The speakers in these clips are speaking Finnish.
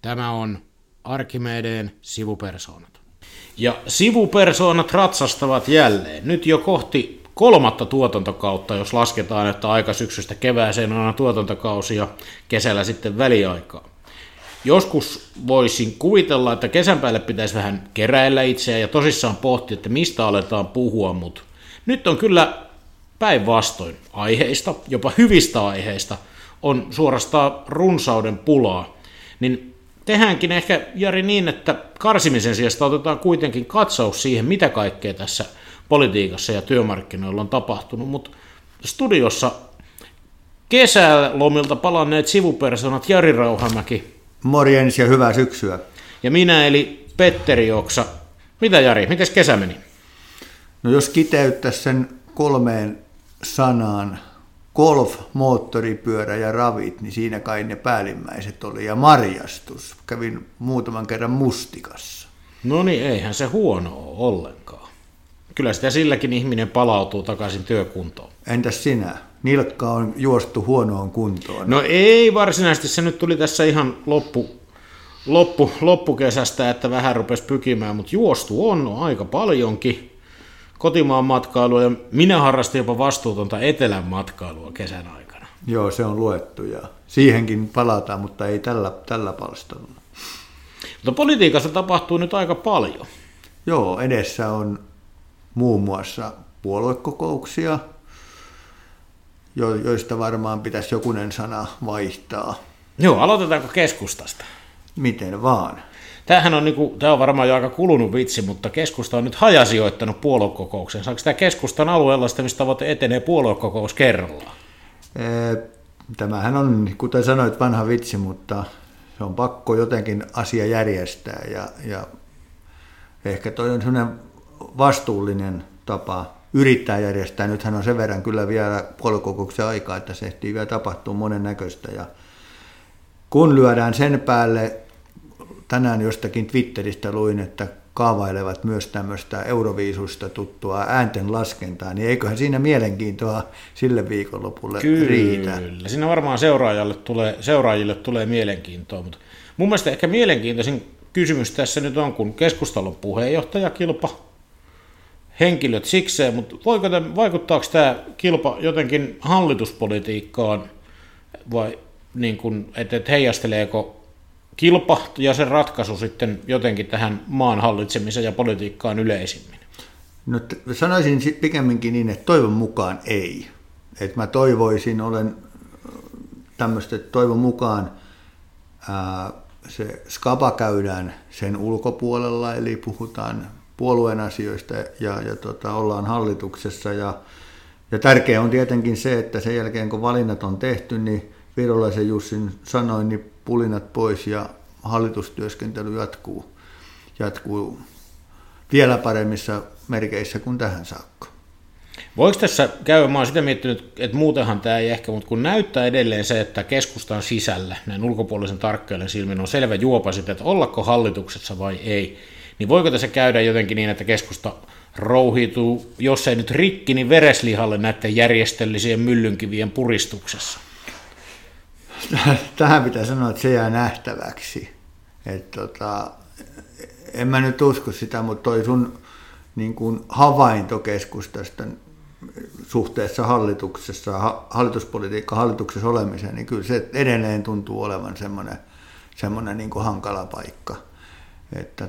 Tämä on Arkimedeen sivupersoonat. Ja sivupersoonat ratsastavat jälleen. Nyt jo kohti 3. tuotantokautta, jos lasketaan, että aika syksystä kevääseen on aina tuotantokausi ja kesällä sitten väliaikaa. Joskus voisin kuvitella, että kesän päälle pitäisi vähän keräillä itseä ja tosissaan pohtia, että mistä aletaan puhua, mutta nyt on kyllä päinvastoin aiheista, jopa hyvistä aiheista, on suorastaan runsauden pulaa. Niin tehdäänkin ehkä, Jari, niin, että karsimisen sijasta otetaan kuitenkin katsaus siihen, mitä kaikkea tässä politiikassa ja työmarkkinoilla on tapahtunut, mutta studiossa kesälomilta palanneet sivupersonat Jari Rauhamäki. Morjens ja hyvää syksyä. Ja minä eli Petteri Oksa. Mitä, Jari, mites kesä meni? No jos kiteyttäisi sen 3 sanaan, golf, moottoripyörä ja ravit, niin siinä kai ne päällimmäiset oli. Ja marjastus. Kävin muutaman kerran mustikassa. No niin, eihän se huono ole ollenkaan. Kyllä sitä silläkin ihminen palautuu takaisin työkuntoon. Entäs sinä? Nilkka on juostu huonoon kuntoon. No ei varsinaisesti, se nyt tuli tässä ihan loppukesästä, että vähän rupesi pykimään, mutta juostu on aika paljonkin. Kotimaan matkailua ja minä harrastin jopa vastuutonta etelän matkailua kesän aikana. Joo, se on luettu ja siihenkin palataan, mutta ei tällä palstalla. Mutta politiikassa tapahtuu nyt aika paljon. Joo, edessä on muun muassa puoluekokouksia, joista varmaan pitäisi jokunen sana vaihtaa. Joo, aloitetaanko keskustasta? Miten vaan. Tämä on varmaan jo aika kulunut vitsi, mutta keskusta on nyt hajasijoittanut puoluekokouksen. Saako tämä keskustan alueellistamistavoite etenee puoluekokous kerrallaan? Tämähän on, kuten sanoit, vanha vitsi, mutta se on pakko jotenkin asia järjestää. Ja ehkä toi on sellainen vastuullinen tapa yrittää järjestää. Nythän on sen verran kyllä vielä puoluekokouksen aikaa, että se ehtii vielä tapahtua monennäköistä. Ja kun lyödään sen päälle, tänään jostakin Twitteristä luin, että kaavailevat myös tämmöistä Euroviisusta tuttua äänten laskentaa, niin eiköhän siinä mielenkiintoa sille viikonlopulle riitä. Kyllä, siinä varmaan seuraajille tulee mielenkiintoa, mutta mun mielestä ehkä mielenkiintoisin kysymys tässä nyt on, kun keskustalla on puheenjohtajakilpa, henkilöt sikseen, mutta vaikuttaako tämä kilpa jotenkin hallituspolitiikkaan vai niin kuin, että heijasteleeko kilpa ja sen ratkaisu sitten jotenkin tähän maan hallitsemiseen ja politiikkaan yleisimmin? No, sanoisin pikemminkin niin, että toivon mukaan ei. Että mä toivoisin, että toivon mukaan se skaba käydään sen ulkopuolella, eli puhutaan puolueen asioista ja ollaan hallituksessa. Ja tärkeää on tietenkin se, että sen jälkeen kun valinnat on tehty, niin Virolaisen Jussin sanoin, niin pulinat pois ja hallitustyöskentely jatkuu vielä paremmissa merkeissä kuin tähän saakka. Voiko tässä käydä, mä oon sitä miettinyt, että muutenhan tämä ei ehkä, mutta kun näyttää edelleen se, että keskustan sisällä, näin ulkopuolisen tarkkailijan silmin on selvä juopa sitten, että ollako hallituksessa vai ei, niin voiko tässä käydä jotenkin niin, että keskusta rouhiutuu, jos ei nyt rikki, niin vereslihalle näiden järjestellisien myllynkivien puristuksessa? Tähän pitää sanoa, että se jää nähtäväksi. En mä nyt usko sitä, mutta toi sun niin kuin havainto keskustasta suhteessa hallituspolitiikka hallituksessa olemiseen, niin kyllä se edelleen tuntuu olevan semmoinen niin kuin hankala paikka. Että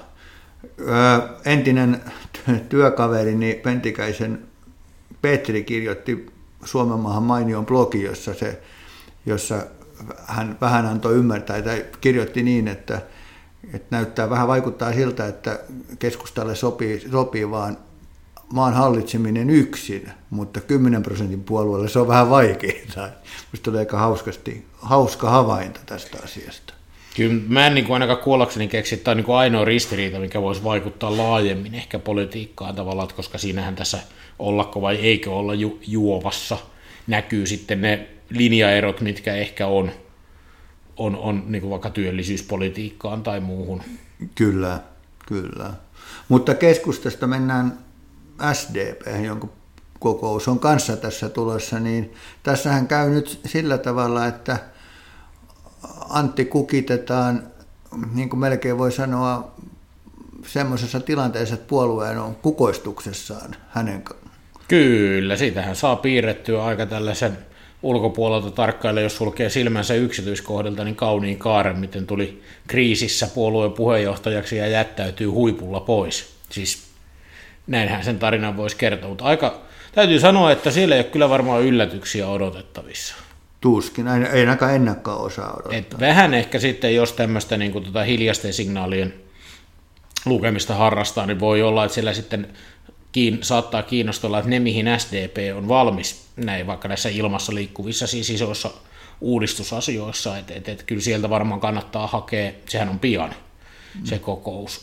entinen työkaverini Pentikäisen Petri kirjoitti Suomenmaahan mainion blogi, jossa hän vähän antoi ymmärtää, tai kirjoitti niin, että näyttää vähän vaikuttaa siltä, että keskustalle sopii vaan maan hallitseminen yksin, mutta 10% puolueelle se on vähän vaikeaa. Minusta tulee aika hauska havainto tästä asiasta. Kyllä mä en niin kuin ainakaan kuollakseni keksi, että tämä on niin kuin ainoa ristiriita, mikä voisi vaikuttaa laajemmin ehkä politiikkaan tavallaan, koska siinähän tässä ollako vai eikö olla juovassa näkyy sitten ne linjaerot, mitkä ehkä on niin kuin vaikka työllisyyspolitiikkaan tai muuhun. Kyllä. Mutta keskustasta mennään SDP, jonka kokous on kanssa tässä tulossa, niin tässähän käy nyt sillä tavalla, että Antti kukitetaan niin kuin melkein voi sanoa, semmoisessa tilanteessa, että puolueen on kukoistuksessaan hänen. Kyllä, siitähän saa piirrettyä aika tällaisen ulkopuolelta tarkkailla, jos sulkee silmänsä yksityiskohdilta, niin kauniin kaaren, miten tuli kriisissä puolueen puheenjohtajaksi ja jättäytyy huipulla pois. Siis näinhän sen tarinan voisi kertoa, mutta täytyy sanoa, että siellä ei ole kyllä varmaan yllätyksiä odotettavissa. Tuskin, ei ainakaan ennakkoon osaa odottaa. Et vähän ehkä sitten, jos tämmöistä niin hiljaisten signaalien lukemista harrastaa, niin voi olla, että siellä sitten saattaa kiinnostella, että ne, mihin SDP on valmis, näin vaikka näissä ilmassa liikkuvissa siis isoissa uudistusasioissa, että kyllä sieltä varmaan kannattaa hakea, sehän on pian se kokous,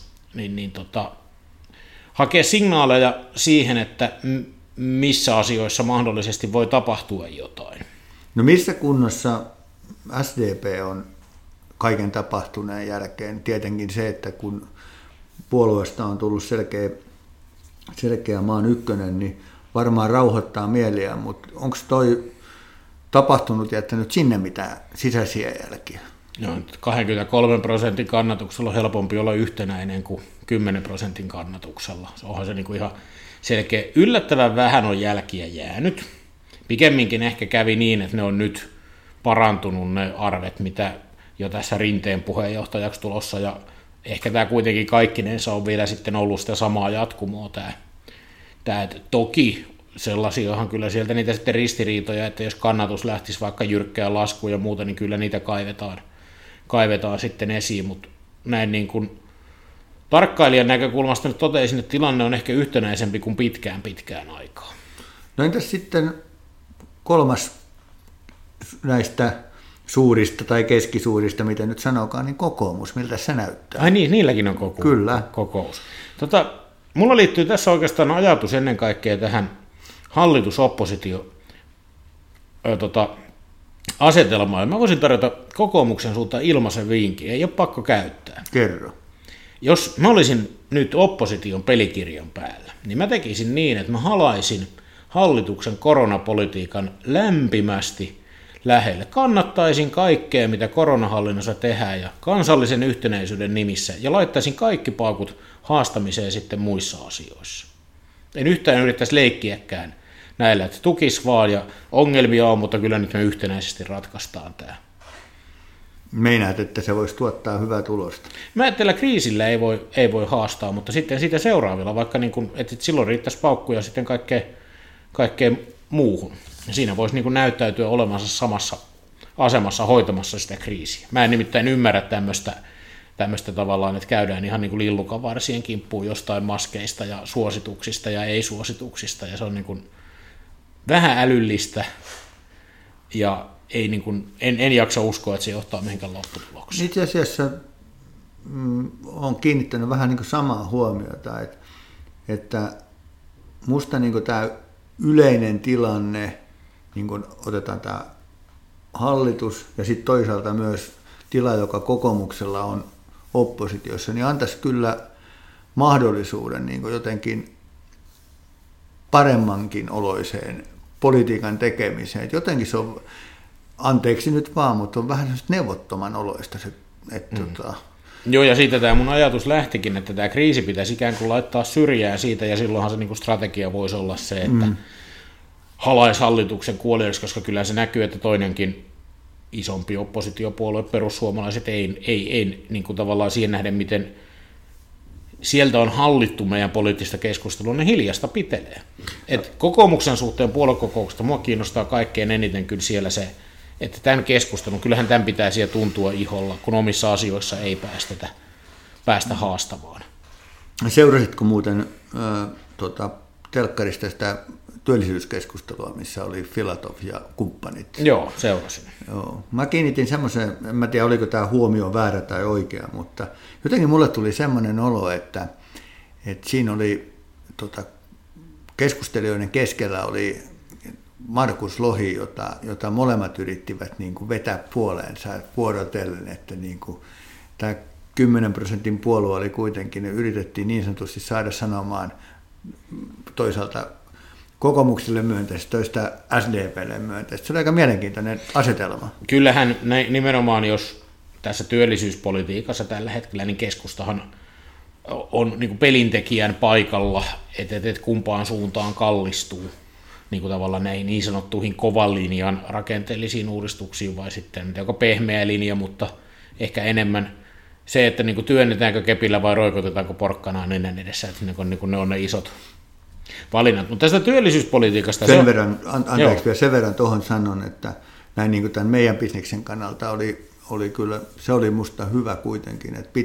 hakea signaaleja siihen, että missä asioissa mahdollisesti voi tapahtua jotain. No missä kunnossa SDP on kaiken tapahtuneen jälkeen? Tietenkin se, että kun puolueesta on tullut selkeä maan ykkönen, niin varmaan rauhoittaa mieliä, mutta onko toi tapahtunut jättänyt sinne mitään sisäisiä jälkiä? No, 23% kannatuksella on helpompi olla yhtenäinen kuin 10% kannatuksella. Onhan se niin kuin ihan selkeä. Yllättävän vähän on jälkiä jäänyt. Pikemminkin ehkä kävi niin, että ne on nyt parantunut ne arvet, mitä jo tässä Rinteen puheenjohtajaksi tulossa, ja ehkä tämä kuitenkin kaikkinensa on vielä sitten ollut sitä samaa jatkumoa tämä toki sellaisiahan kyllä sieltä niitä sitten ristiriitoja, että jos kannatus lähtisi vaikka jyrkkään laskuun ja muuta, niin kyllä niitä kaivetaan sitten esiin, mutta näin niin kuin tarkkailijan näkökulmasta nyt totesin, että tilanne on ehkä yhtenäisempi kuin pitkään aikaa. No entäs sitten kolmas näistä suurista tai keskisuurista, mitä nyt sanokaan, niin kokoomus, miltä se näyttää? Ai niin, niilläkin on kokous. Mulla liittyy tässä oikeastaan ajatus ennen kaikkea tähän hallitusoppositio asetelmaan. Mä voisin tarjota kokoomuksen suuntaan ilmaisen vinkin, ei ole pakko käyttää. Kerro. Jos mä olisin nyt opposition pelikirjan päällä, niin mä tekisin niin, että mä halaisin hallituksen koronapolitiikan lämpimästi lähelle. Kannattaisin kaikkea, mitä koronahallinnassa tehdään ja kansallisen yhtenäisyyden nimissä, ja laittaisin kaikki paukut haastamiseen sitten muissa asioissa. En yhtään yrittäisi leikkiäkään näillä, että tukis vaan ja ongelmia on, mutta kyllä nyt me yhtenäisesti ratkaistaan tämä. Meinaat, että se voisi tuottaa hyvää tulosta? Mä ajattelen, että kriisillä ei voi haastaa, mutta sitten siitä seuraavilla, vaikka niin kuin, että silloin riittäisi paukkuja sitten kaikkeen muuhun. Siinä voisi niin kuin näyttäytyä olemansa samassa asemassa hoitamassa sitä kriisiä. Mä en nimittäin ymmärrä tämmöistä tavallaan, että käydään ihan niin kuin lillukanvarsien kimppuun jostain maskeista ja suosituksista ja ei-suosituksista, ja se on niin kuin vähän älyllistä, ja ei niin kuin, en jaksa uskoa, että se johtaa mihinkään lopputulokseen. Itse asiassa olen kiinnittänyt vähän niin kuin samaa huomiota, että musta niin kuin tämä yleinen tilanne, niin kuin otetaan tämä hallitus ja sitten toisaalta myös tila, joka kokoomuksella on oppositiossa, niin antaisi kyllä mahdollisuuden niin kuin jotenkin paremmankin oloiseen politiikan tekemiseen. Et jotenkin se on, anteeksi nyt vaan, mutta on vähän neuvottoman oloista se, että Joo, ja siitä tämä mun ajatus lähtikin, että tämä kriisi pitäisi ikään kuin laittaa syrjään siitä, ja silloinhan se niin kuin strategia voisi olla se, että halaisi hallituksen kuolijoiksi, koska kyllä se näkyy, että toinenkin isompi oppositiopuolue, perussuomalaiset, ei niin kuin tavallaan siihen nähden, miten sieltä on hallittu meidän poliittista keskustelua, ne hiljasta pitelee. Et kokoomuksen suhteen puoluekokouksesta mua kiinnostaa kaikkein eniten kyllä siellä se, että tämän keskustelun, kyllähän tämän pitäisi tuntua iholla, kun omissa asioissa ei päästä haastamaan. Seurasitko muuten telkkarista sitä työllisyyskeskustelua, missä oli Filatov ja kumppanit? Joo, seurasin. Joo. Mä kiinnitin semmoisen, en tiedä oliko tämä huomio väärä tai oikea, mutta jotenkin mulle tuli semmoinen olo, että siinä oli keskustelijoiden keskellä oli Markus Lohi, jota molemmat yrittivät niin kuin vetää puoleensa vuorotellen, että niin kuin tämä 10% puolue oli kuitenkin, ne yritettiin niin sanotusti saada sanomaan toisaalta kokoomukselle myönteistä, toista SDPlle myönteistä. Se oli aika mielenkiintoinen asetelma. Kyllähän nimenomaan, jos tässä työllisyyspolitiikassa tällä hetkellä, niin keskustahan on niin kuin pelintekijän paikalla, että kumpaan suuntaan kallistuu niin kuin tavallaan näihin niin sanottuihin kovan linjan rakenteellisiin uudistuksiin, vai sitten joko pehmeä linja, mutta ehkä enemmän se, että niin kuin työnnetäänkö kepillä vai roikotetaanko porkkanaa nenän edessä, että niin kuin ne on ne isot valinnat. Mutta tästä työllisyyspolitiikasta... Sen verran tuohon sanon, että näin niin kuin tämän meidän bisneksen kannalta oli kyllä, se oli musta hyvä kuitenkin, että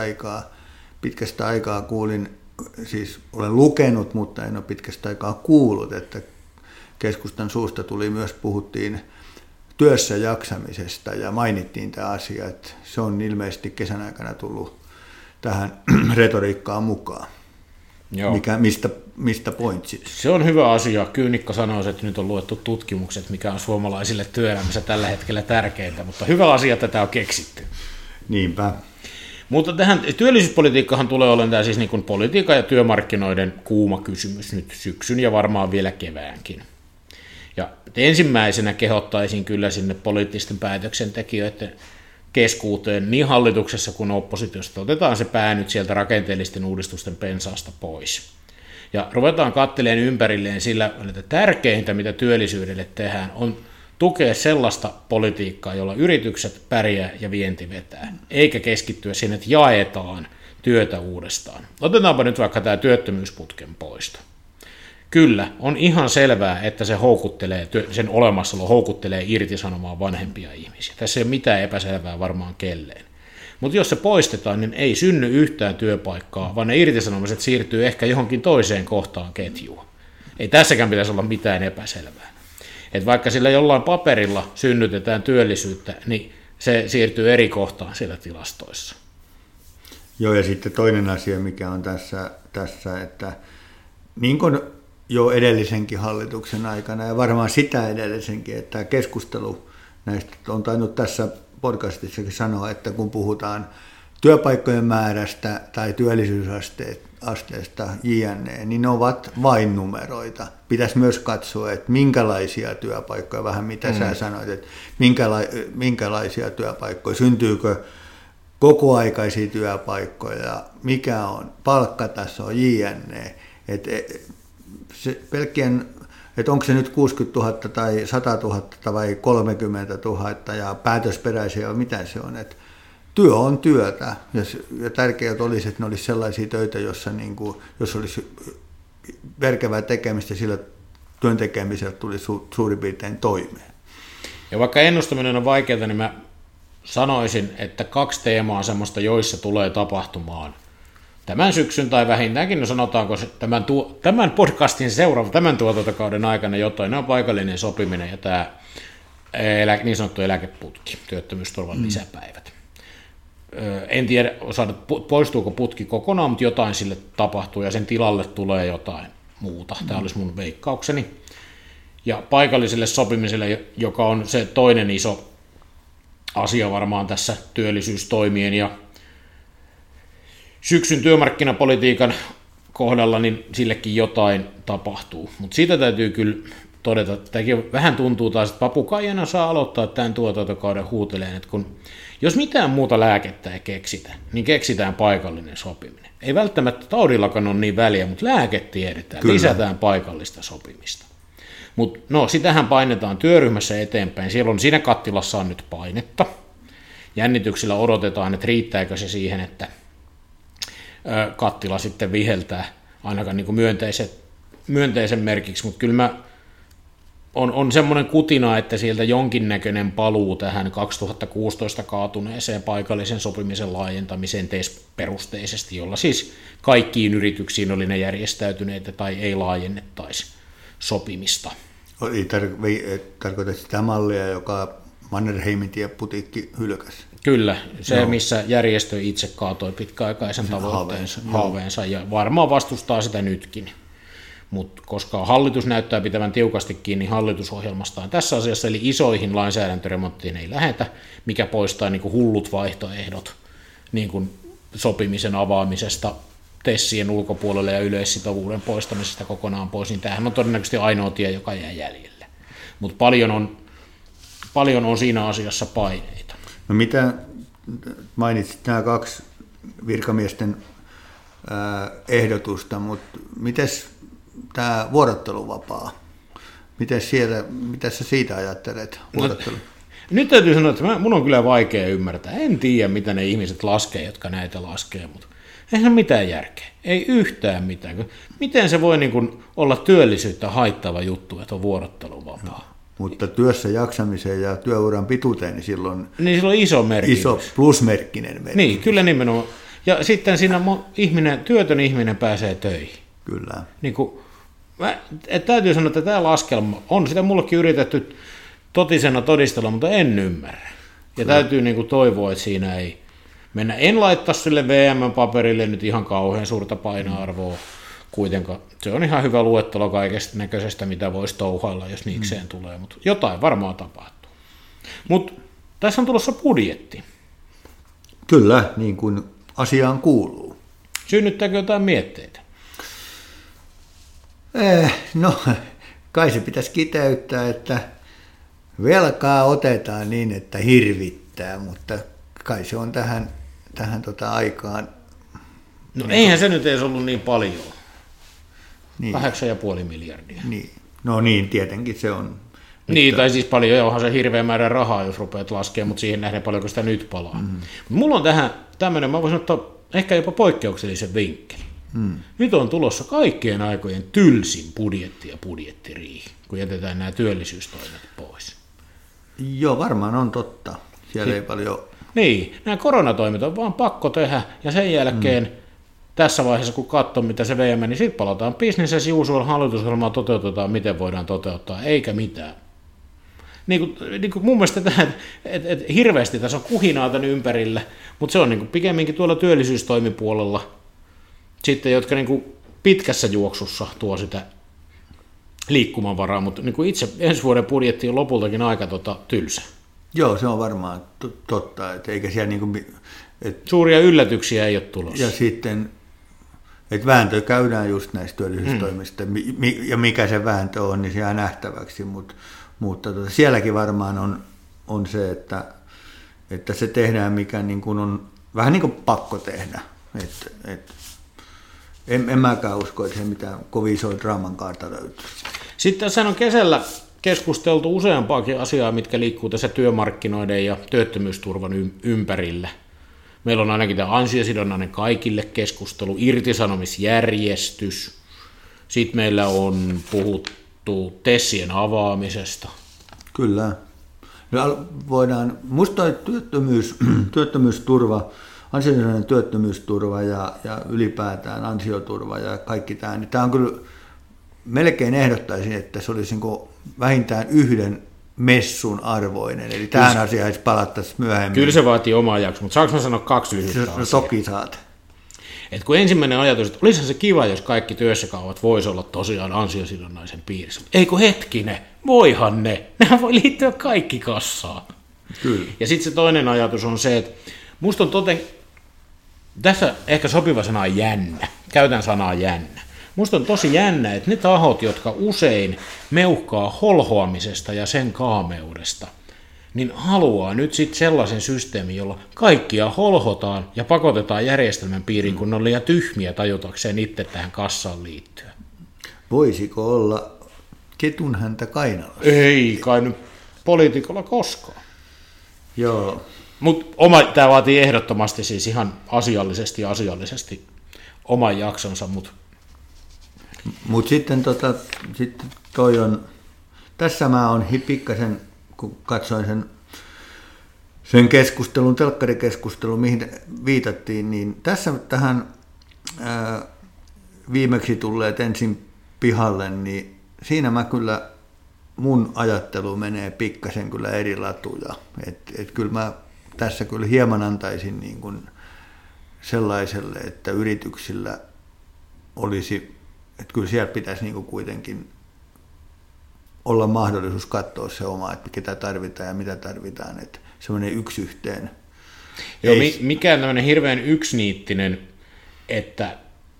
pitkästä aikaa kuulin, siis olen lukenut, mutta en ole pitkästä aikaa kuullut, että keskustan suusta puhuttiin työssä jaksamisesta ja mainittiin tämä asia, että se on ilmeisesti kesän aikana tullut tähän retoriikkaan mukaan. Joo. Mistä pointsit? Se on hyvä asia. Kyynikko sanoisi, että nyt on luettu tutkimukset, mikä on suomalaisille työelämässä tällä hetkellä tärkeintä, mutta hyvä asia, että tämä on keksitty. Niinpä. Mutta tähän työllisyyspolitiikkahan tulee olemaan siis niin kuin politiikan ja työmarkkinoiden kuuma kysymys nyt syksyn ja varmaan vielä keväänkin. Ja ensimmäisenä kehottaisin kyllä sinne poliittisten päätöksentekijöiden keskuuteen niin hallituksessa kuin oppositiossa. Otetaan se pää nyt sieltä rakenteellisten uudistusten pensaasta pois. Ja ruvetaan katteleen ympärilleen sillä, että tärkeintä, mitä työllisyydelle tehdään, on tukea sellaista politiikkaa, jolla yritykset pärjää ja vienti vetää, eikä keskittyä siihen, että jaetaan työtä uudestaan. Otetaanpa nyt vaikka tämä työttömyysputken poisto. Kyllä, on ihan selvää, että se houkuttelee, sen olemassaolo houkuttelee irtisanomaan vanhempia ihmisiä. Tässä ei ole mitään epäselvää varmaan kelleen. Mutta jos se poistetaan, niin ei synny yhtään työpaikkaa, vaan ne irtisanomiset siirtyy ehkä johonkin toiseen kohtaan ketjua. Ei tässäkään pitäisi olla mitään epäselvää. Et vaikka sillä jollain paperilla synnytetään työllisyyttä, niin se siirtyy eri kohtaan siellä tilastoissa. Joo, ja sitten toinen asia, mikä on tässä että niin kuin jo edellisenkin hallituksen aikana, ja varmaan sitä edellisenkin, että keskustelu näistä on tainnut tässä podcastissakin sanoa, että kun puhutaan työpaikkojen määrästä tai työllisyysasteesta jne, niin ne ovat vain numeroita. Pitäisi myös katsoa, että minkälaisia työpaikkoja, vähän mitä sä sanoit, että minkälaisia työpaikkoja, syntyykö kokoaikaisia työpaikkoja, mikä on palkkataso jne. Että onko se nyt 60 000 tai 100 000 vai 30 000 ja päätösperäisiä, mitä se on, että työ on työtä, ja tärkeää olisi, että ne olisi sellaisia töitä, jossa niin kuin, jos olisi järkevää tekemistä, sillä työn tekemisellä tuli suurin piirtein toimeen. Ja vaikka ennustaminen on vaikeaa, niin mä sanoisin, että 2 teemaa on semmoista, joissa tulee tapahtumaan tämän syksyn tai vähintäänkin, no sanotaanko se, tämän podcastin tämän tuotantokauden aikana jotain, ne on paikallinen sopiminen ja tämä niin sanottu eläkeputki, työttömyysturvan lisäpäivät. En tiedä, poistuuko putki kokonaan, mutta jotain sille tapahtuu ja sen tilalle tulee jotain muuta. Tämä olisi mun veikkaukseni. Ja paikalliselle sopimiselle, joka on se toinen iso asia varmaan tässä työllisyystoimien ja syksyn työmarkkinapolitiikan kohdalla, niin sillekin jotain tapahtuu. Mutta siitä täytyy kyllä todeta, että tämäkin vähän tuntuu taas, että papukaijana saa aloittaa tämän tuotantokauden huuteleen, että jos mitään muuta lääkettä ei keksitä, niin keksitään paikallinen sopiminen. Ei välttämättä taudillakaan ole niin väliä, mutta lääke tiedetään, kyllä. Lisätään paikallista sopimista. Mutta no, sitähän painetaan työryhmässä eteenpäin, siinä kattilassa on nyt painetta. Jännityksillä odotetaan, että riittääkö se siihen, että kattila sitten viheltää ainakaan niin kuin myönteisen merkiksi, mutta kyllä on semmoinen kutina, että sieltä jonkinnäköinen paluu tähän 2016 kaatuneeseen paikallisen sopimisen laajentamiseen TES-perusteisesti, jolla siis kaikkiin yrityksiin oli ne järjestäytyneitä tai ei laajennettaisi sopimista. Tarkoitat sitä mallia, joka Mannerheimin tieputiikki hylkäsi. Kyllä, se missä järjestö itse kaatoi pitkäaikaisen tavoitteensa, haaveensa ja varmaan vastustaa sitä nytkin. Mutta koska hallitus näyttää pitävän tiukasti kiinni hallitusohjelmastaan tässä asiassa, eli isoihin lainsäädäntöremonttiin ei lähetä, mikä poistaa niin kuin hullut vaihtoehdot niin kuin sopimisen avaamisesta TESien ulkopuolelle ja yleissitovuuden poistamisesta kokonaan pois, niin tämähän on todennäköisesti ainoa tie, joka jää jäljelle. Mutta paljon on siinä asiassa paineita. No mitä mainitsit nämä 2 virkamiesten ehdotusta, mutta miten tämä vuorotteluvapaa? Mitä sä siitä ajattelet? Nyt täytyy sanoa, että mun on kyllä vaikea ymmärtää. En tiedä, mitä ne ihmiset laskee, jotka näitä laskee, mutta ei se ole mitään järkeä. Ei yhtään mitään. Miten se voi niin kuin olla työllisyyttä haittava juttu, että on vuorotteluvapaa? No, mutta työssä jaksamiseen ja työuran pituuteen, niin silloin on iso merkitys. Iso plusmerkkinen merkitys. Niin, kyllä nimenomaan. Ja sitten siinä työtön ihminen pääsee töihin. Kyllä. Niin kuin, täytyy sanoa, että tämä laskelma on sitä mullekin yritetty totisena todistella, mutta en ymmärrä. Ja täytyy niin kuin toivoa, että siinä ei mennä. En laittaa sille VM-paperille nyt ihan kauhean suurta painoarvoa kuitenkaan. Se on ihan hyvä luettelo kaikesta näköisestä, mitä voisi touhailla, jos niikseen tulee, mutta jotain varmaan tapahtuu. Mutta tässä on tulossa budjetti. Kyllä, niin kuin asiaan kuuluu. Synnyttääkö jotain mietteitä? No, kai se pitäisi kiteyttää, että velkaa otetaan niin, että hirvittää, mutta kai se on tähän aikaan. No eihän se nyt edes ollut niin paljon. Niin. 8,5 miljardia. Niin. No niin, tietenkin se on. Niin, tai siis paljon, ja onhan se hirveä määrä rahaa, jos rupeat laskemaan, mutta siihen nähden paljonko sitä nyt palaa. Mulla on tähän tämmöinen, mä voisin ottaa ehkä jopa poikkeuksellisen vinkkeli. Nyt on tulossa kaikkien aikojen tylsin budjetti ja budjettiriihi, kun jätetään nämä työllisyystoimet pois. Joo, varmaan on totta. Siellä ei paljon. Niin, nämä koronatoimet on vaan pakko tehdä, ja sen jälkeen tässä vaiheessa, kun katsoo, mitä se VM, niin sitten palataan business as usual, hallitusohjelmaa toteutetaan, miten voidaan toteuttaa, eikä mitään. Niin kuin mun mielestä tämä, että hirveästi tässä on kuhinaa tämän ympärillä, mutta se on niin kuin pikemminkin tuolla työllisyystoimipuolella sitten, jotka niin kuin pitkässä juoksussa tuo sitä liikkumavaraa, mutta niin kuin itse ensi vuoden budjetti on lopultakin aika tylsä. Joo, se on varmaan totta, että eikä siellä niin kuin, suuria yllätyksiä ei ole tulossa. Ja sitten, että vääntö käydään just näistä työllisyystoimista, ja mikä se vääntö on, niin se jää nähtäväksi, mutta sielläkin varmaan on se, että se tehdään, mikä niin kuin on vähän niin kuin pakko tehdä. En mäkään usko, että se mitään kovin isoa draaman kaarta löytyy. Sitten tässä on kesällä keskusteltu useampaakin asiaa, mitkä liikkuu tässä työmarkkinoiden ja työttömyysturvan ympärillä. Meillä on ainakin tämä ansiosidonnainen kaikille keskustelu, irtisanomisjärjestys. Sitten meillä on puhuttu TESien avaamisesta. Kyllä. Voidaan, musta työttömyysturva, ansiosidonnainen työttömyysturva ja ylipäätään ansioturva ja kaikki tämä, niin tämä on kyllä, melkein ehdottaisin, että se olisi niin vähintään yhden messun arvoinen, eli tähän asiaan palattaisiin myöhemmin. Kyllä se vaatii omaa jaksoa, mutta saanko mä sanoa 2 lyhyttä asiaa? No toki saat. Et kun ensimmäinen ajatus, että olisihan se kiva, jos kaikki työssäkäyvät voisi olla tosiaan ansiosidonnaisen piirissä. Eikö hetkinen, voihan ne. Nämä voi liittyä kaikki kassaan. Kyllä. Ja sitten se toinen ajatus on se, että musta on tässä ehkä sopiva sana on jännä. Käytän sanaa jännä. Musta on tosi jännä, että ne tahot, jotka usein meuhkaa holhoamisesta ja sen kaameudesta, niin haluaa nyt sitten sellaisen systeemin, jolla kaikkia holhotaan ja pakotetaan järjestelmän piiriin, kun ne on liian tyhmiä tajutakseen itse tähän kassaan liittyä. Voisiko olla ketun häntä kainalossa? Ei kai nyt poliitikolla koskaan. Joo. Mutta tämä vaatii ehdottomasti siis ihan asiallisesti oman jaksonsa, mutta sitten toi on, tässä mä oon pikkasen, kun katsoin sen keskustelun, telkkarikeskustelun, mihin viitattiin, niin tässä tähän viimeksi tulleet ensin pihalle, niin siinä mä kyllä, mun ajattelu menee pikkasen kyllä eri latuja. Et kyllä mä tässä kyllä hieman antaisin niin kuin sellaiselle, että yrityksillä olisi, että kyllä siellä pitäisi niin kuin kuitenkin olla mahdollisuus katsoa se oma, että ketä tarvitaan ja mitä tarvitaan, että semmoinen yksi yhteen. Joo, mikään tämmöinen hirveän yksiniittinen, että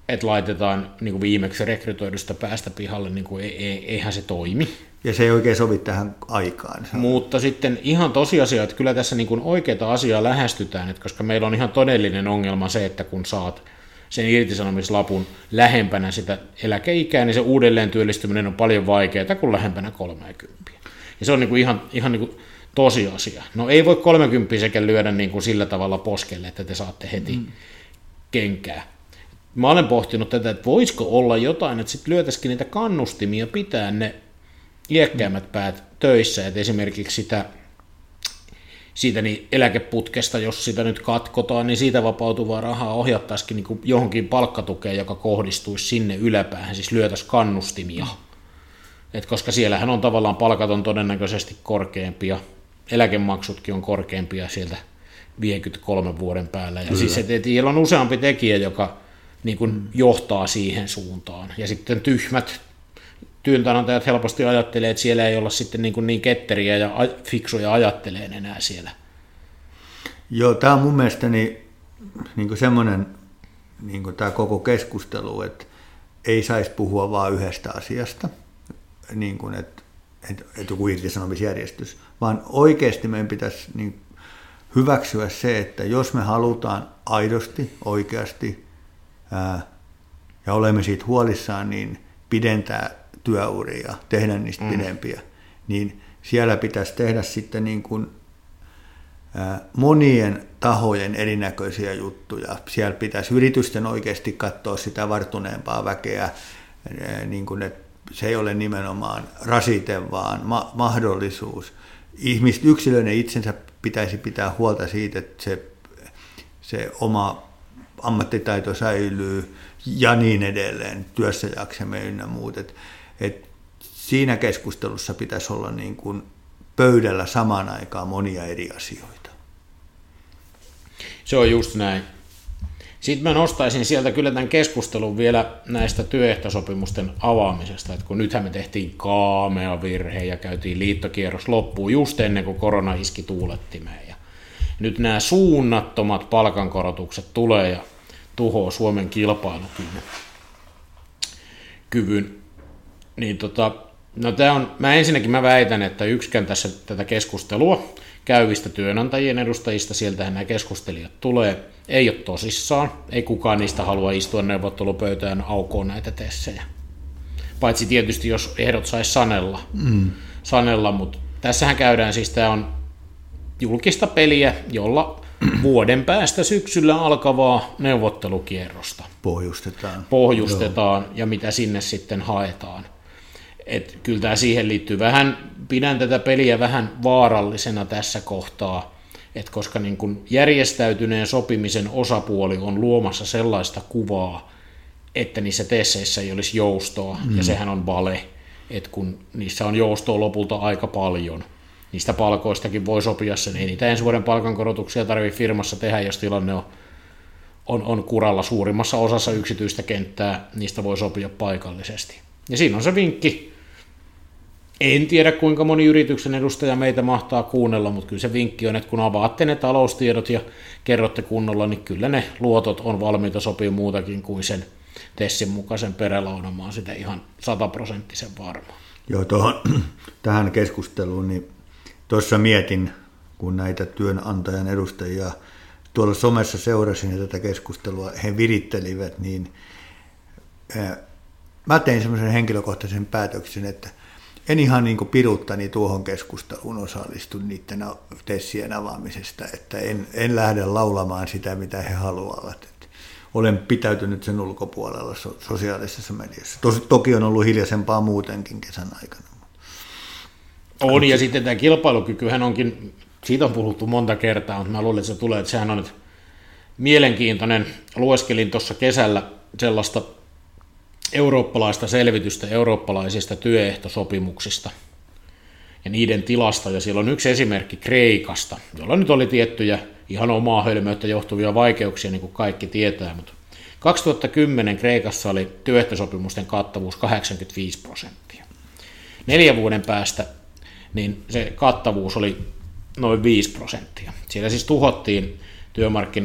että laitetaan niin kuin viimeksi rekrytoidusta päästä pihalle, niin kuin eihän se toimi. Ja se ei oikein sovi tähän aikaan. Mutta sitten ihan tosiasia, että kyllä tässä niin kuin oikeaa asiaa lähestytään, että koska meillä on ihan todellinen ongelma se, että kun saat sen irtisanomislapun lähempänä sitä eläkeikää, niin se uudelleen työllistyminen on paljon vaikeaa kuin lähempänä 30. Ja se on niin kuin ihan niin kuin tosiasia. No ei voi 30-sekään lyödä niin kuin sillä tavalla poskelle, että te saatte heti kenkää. Mä olen pohtinut tätä, että voisiko olla jotain, että sitten lyötäisikin niitä kannustimia pitää ne iäkkäämmät päät töissä, että esimerkiksi siitä niin eläkeputkesta, jos sitä nyt katkotaan, niin siitä vapautuvaa rahaa ohjattaisikin niin kuin johonkin palkkatukeen, joka kohdistuisi sinne yläpäähän, siis lyötäisiin kannustimia. Et koska siellähän on tavallaan palkat on todennäköisesti korkeampia, eläkemaksutkin on korkeampia sieltä 53 vuoden päällä. Ja siis että siellä on useampi tekijä, joka niin kuin johtaa siihen suuntaan. Ja sitten tyhmät työnantajat helposti ajattelee, että siellä ei olla sitten niin ketteriä ja fiksuja ajattelee enää siellä. Joo, tämä on mun mielestäni niin semmoinen niin tämä koko keskustelu, että ei saisi puhua vain yhdestä asiasta, niin kuin, että joku irtisanomisjärjestys, vaan oikeasti meidän pitäisi niin hyväksyä se, että jos me halutaan aidosti, oikeasti ja olemme siitä huolissaan, niin pidentää työuria, tehdä niistä pidempiä, niin siellä pitäisi tehdä sitten niin kuin monien tahojen erinäköisiä juttuja. Siellä pitäisi yritysten oikeasti katsoa sitä varttuneempaa väkeä, niin kuin, että se ei ole nimenomaan rasite, vaan mahdollisuus. Yksilöiden itsensä pitäisi pitää huolta siitä, että se oma ammattitaito säilyy ja niin edelleen, työssäjaksamme ynnä muut. Et siinä keskustelussa pitäisi olla niin kuin pöydällä samaan aikaan monia eri asioita. Se on just näin. Sitten mä nostaisin sieltä kyllä tämän keskustelun vielä näistä työehtosopimusten avaamisesta, että kun nythän me tehtiin kaamea virhe ja käytiin liittokierros loppuun just ennen kuin korona iski tuulettimeen. Ja nyt nämä suunnattomat palkankorotukset tulee ja tuhoaa Suomen kilpailukyvyn. Niin no mä väitän, että yksikään tässä tätä keskustelua käyvistä työnantajien edustajista, sieltähän nämä keskustelijat tulee, ei ole tosissaan, ei kukaan niistä halua istua neuvottelupöytään aukoon näitä tessejä. Paitsi tietysti, jos ehdot saisi sanella, mutta tässähän käydään siis, tämä on julkista peliä, jolla vuoden päästä syksyllä alkavaa neuvottelukierrosta pohjustetaan ja mitä sinne sitten haetaan. Et kyllä tämä siihen liittyy pidän tätä peliä vähän vaarallisena tässä kohtaa, että koska niin kun järjestäytyneen sopimisen osapuoli on luomassa sellaista kuvaa, että niissä tesseissä ei olisi joustoa, ja sehän on vale, että kun niissä on joustoa lopulta aika paljon, niistä palkoistakin voi sopia sen, ei niitä ensi vuoden palkankorotuksia tarvitse firmassa tehdä, jos tilanne on kuralla suurimmassa osassa yksityistä kenttää, niistä voi sopia paikallisesti. Ja siinä on se vinkki. En tiedä, kuinka moni yrityksen edustaja meitä mahtaa kuunnella, mutta kyllä se vinkki on, että kun avaatte ne taloustiedot ja kerrotte kunnolla, niin kyllä ne luotot on valmiita sopia muutakin kuin sen Tessin mukaisen perälaudan. Mä oon sitä ihan 100% varma. Joo, tähän keskusteluun, niin tuossa mietin, kun näitä työnantajan edustajia tuolla somessa seurasin tätä keskustelua, he virittelivät, niin mä tein semmoisen henkilökohtaisen päätöksen, että en ihan niin kuin piruttani tuohon keskusteluun osallistu niiden tessien avaamisesta, että en lähde laulamaan sitä, mitä he haluavat. Että olen pitäytynyt sen ulkopuolella sosiaalisessa mediassa. Toki on ollut hiljaisempaa muutenkin kesän aikana. On, ja sitten tämä kilpailukykyhän onkin, siitä on puhuttu monta kertaa, mutta mä luulen, että se tulee, että sehän on nyt mielenkiintoinen. Lueskelin tuossa kesällä sellaista eurooppalaista selvitystä eurooppalaisista työehtosopimuksista ja niiden tilasta, ja siellä on yksi esimerkki Kreikasta, jolla nyt oli tiettyjä ihan omaa hölmöyttä johtuvia vaikeuksia, niin kuin kaikki tietää, mutta 2010 Kreikassa oli työehtosopimusten kattavuus 85%. 4 vuoden päästä niin se kattavuus oli noin 5%. Siellä siis tuhottiin työmarkkinat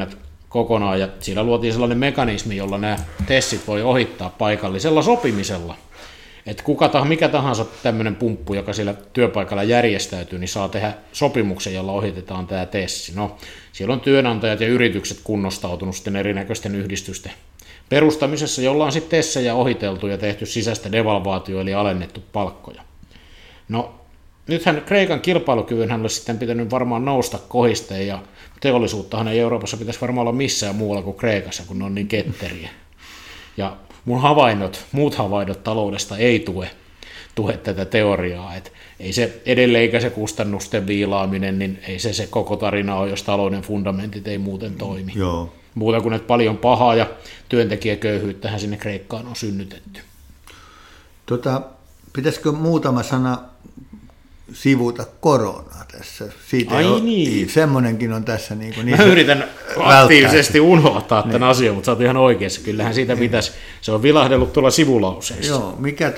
kokonaan, ja siinä luotiin sellainen mekanismi, jolla nämä tessit voi ohittaa paikallisella sopimisella. Että mikä tahansa tämmöinen pumppu, joka siellä työpaikalla järjestäytyy, niin saa tehdä sopimuksen, jolla ohitetaan tämä tessi. No, siellä on työnantajat ja yritykset kunnostautunut sitten erinäköisten yhdistysten perustamisessa, jolla on sitten tessejä ohiteltu ja tehty sisäistä devalvaatio, eli alennettu palkkoja. No, nythän Kreikan kilpailukyvyn olisi sitten pitänyt varmaan nousta kohisteen, ja teollisuuttahan ei Euroopassa pitäisi varmaan olla missään muualla kuin Kreikassa, kun ne on niin ketteriä. Ja muut havainnot taloudesta ei tue tätä teoriaa, että ei se edelleenkä se kustannusten viilaaminen, niin ei se koko tarina ole, jos talouden fundamentit ei muuten toimi. Joo. Muuta kuin että paljon pahaa ja työntekijäköyhyyttähän sinne Kreikkaan on synnytetty. Pitäisikö muutama sana sivuta koronaa tässä? Siitä niin. Semmoinenkin on tässä. Mä yritän aktiivisesti unohtaa tämän asian, mutta sä oot ihan oikeassa. Kyllähän siitä pitäisi, se on vilahdellut tuolla sivulauseissa. Joo,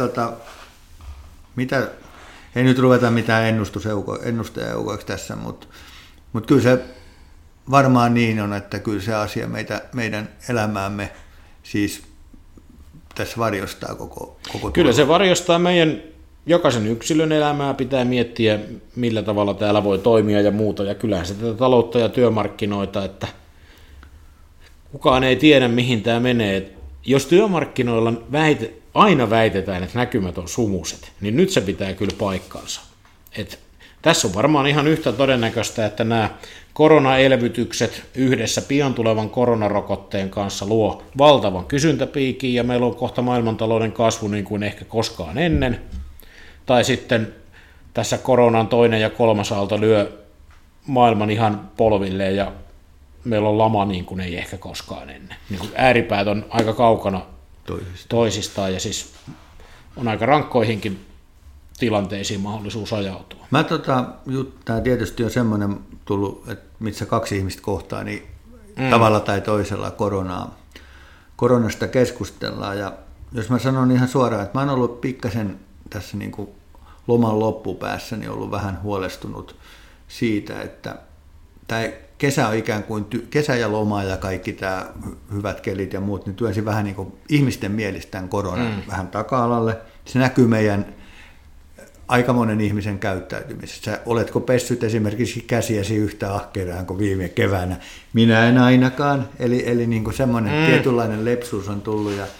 ei nyt ruveta mitään ennustajaeukoiksi tässä, mutta kyllä se varmaan niin on, että kyllä se asia meidän elämäämme siis tässä varjostaa koko Kyllä se varjostaa meidän jokaisen yksilön elämää, pitää miettiä, millä tavalla täällä voi toimia ja muuta, ja kyllähän se tätä taloutta ja työmarkkinoita, että kukaan ei tiedä, mihin tämä menee. Jos työmarkkinoilla aina väitetään, että näkymät on sumuset, niin nyt se pitää kyllä paikkansa. Tässä on varmaan ihan yhtä todennäköistä, että nämä koronaelvytykset yhdessä pian tulevan koronarokotteen kanssa luo valtavan kysyntäpiikin, ja meillä on kohta maailmantalouden kasvu niin kuin ehkä koskaan ennen. Tai sitten tässä koronan toinen ja kolmas aalto lyö maailman ihan polvilleen, ja meillä on lama niin kuin ei ehkä koskaan ennen. Niin kuin ääripäät on aika kaukana toisistaan, ja siis on aika rankkoihinkin tilanteisiin mahdollisuus ajautua. Tämä tietysti on semmoinen tullut, että missä kaksi ihmistä kohtaa, niin tavalla tai toisella koronasta keskustellaan. Ja jos mä sanon ihan suoraan, että mä oon ollut pikkasen tässä niin kuin loman loppupäässä, niin ollut vähän huolestunut siitä, että tämä kesä on ikään kuin kesä ja loma ja kaikki tämä hyvät kelit ja muut, niin työnsi vähän niin kuin ihmisten mielistä tämän koronan vähän taka-alalle. Se näkyy meidän aika monen ihmisen käyttäytymisessä. Oletko pessyt esimerkiksi käsiäsi yhtä ahkeraan kuin viime keväänä? Minä en ainakaan. Eli niin kuin semmoinen tietynlainen lepsuus on tullut. Ja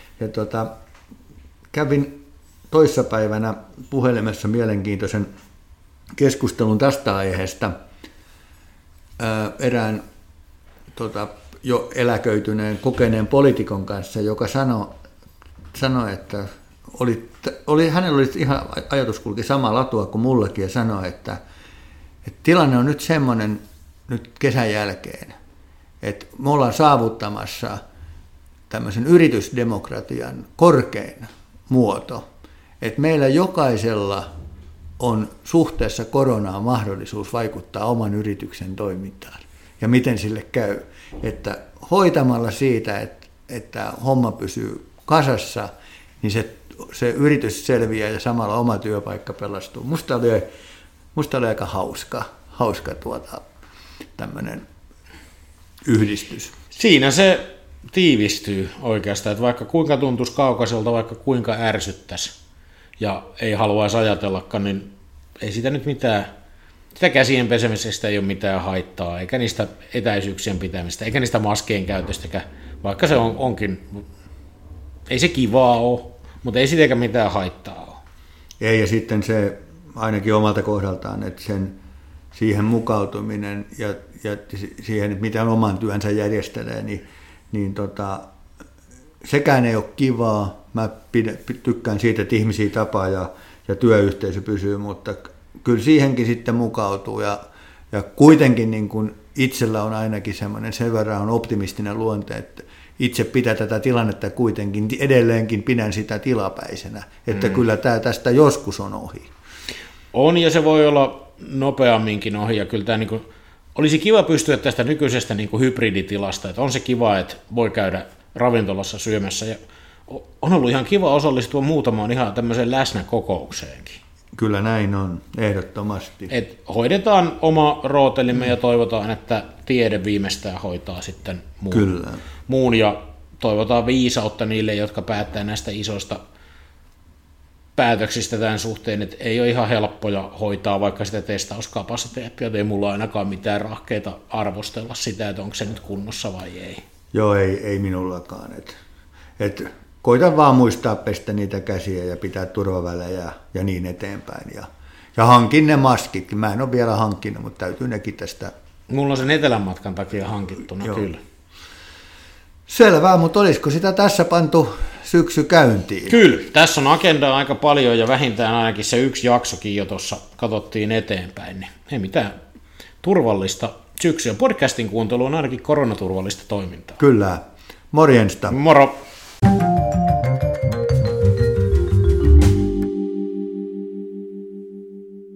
kävin toissapäivänä puhelimessa mielenkiintoisen keskustelun tästä aiheesta erään jo eläköityneen kokeneen poliitikon kanssa, joka sanoi, että hänellä oli ihan ajatuskulki sama latua kuin mullakin, ja sanoi, että tilanne on nyt semmoinen nyt kesän jälkeen, että me ollaan saavuttamassa tämmöisen yritysdemokratian korkein muoto, että meillä jokaisella on suhteessa koronaan mahdollisuus vaikuttaa oman yrityksen toimintaan ja miten sille käy, että hoitamalla siitä, että homma pysyy kasassa, niin se yritys selviää ja samalla oma työpaikka pelastuu. Musta oli aika hauska tämmöinen yhdistys. Siinä se tiivistyy oikeastaan, että vaikka kuinka tuntuisi kaukaiselta, vaikka kuinka ärsyttäisi ja ei haluaisi ajatellakaan, niin ei sitä nyt mitään, sitä käsien pesemisestä ei ole mitään haittaa, eikä niistä etäisyyksien pitämistä, eikä niistä maskien käytöstäkään, vaikka se onkin, ei se kivaa ole, mutta ei siitäkään mitään haittaa ole. Ei, ja sitten se ainakin omalta kohdaltaan, että siihen mukautuminen ja siihen, että miten oman työnsä järjestelee, niin sekään ei ole kivaa. Mä tykkään siitä, että ihmisiä tapaa ja työyhteisö pysyy, mutta kyllä siihenkin sitten mukautuu. Ja kuitenkin niin kun itsellä on ainakin semmoinen, sen verran on optimistinen luonte, että itse pitää tätä tilannetta kuitenkin, edelleenkin pidän sitä tilapäisenä, että kyllä tämä tästä joskus on ohi. On, ja se voi olla nopeamminkin ohi, ja kyllä tämä olisi kiva pystyä tästä nykyisestä hybriditilasta, että on se kiva, että voi käydä ravintolassa syömässä, ja on ollut ihan kiva osallistua muutamaan ihan tämmöiseen läsnäkokoukseenkin. Kyllä näin on, ehdottomasti. Et hoidetaan oma rootelimme ja toivotaan, että tiede viimeistään hoitaa sitten muun ja toivotaan viisautta niille, jotka päättää näistä isoista päätöksistä tämän suhteen, että ei ole ihan helppoja hoitaa vaikka sitä testauskapasiteettia, ei mulla ainakaan mitään rahkeita arvostella sitä, että onko se nyt kunnossa vai ei. Joo, ei minullakaan. Koita vaan muistaa pestä niitä käsiä ja pitää turvavälejä ja niin eteenpäin. Ja hankin ne maskit. Mä en ole vielä hankkinut, mutta täytyy nekin tästä. Mulla on sen etelänmatkan takia hankittuna, joo. Kyllä. Selvä, mutta olisiko sitä tässä pantu syksy käyntiin? Kyllä, tässä on agendaa aika paljon ja vähintään ainakin se yksi jaksokin jo tuossa katsottiin eteenpäin. Niin ei mitään turvallista syksyä. Podcastin kuuntelu on ainakin koronaturvallista toimintaa. Kyllä. Morjesta. Moro.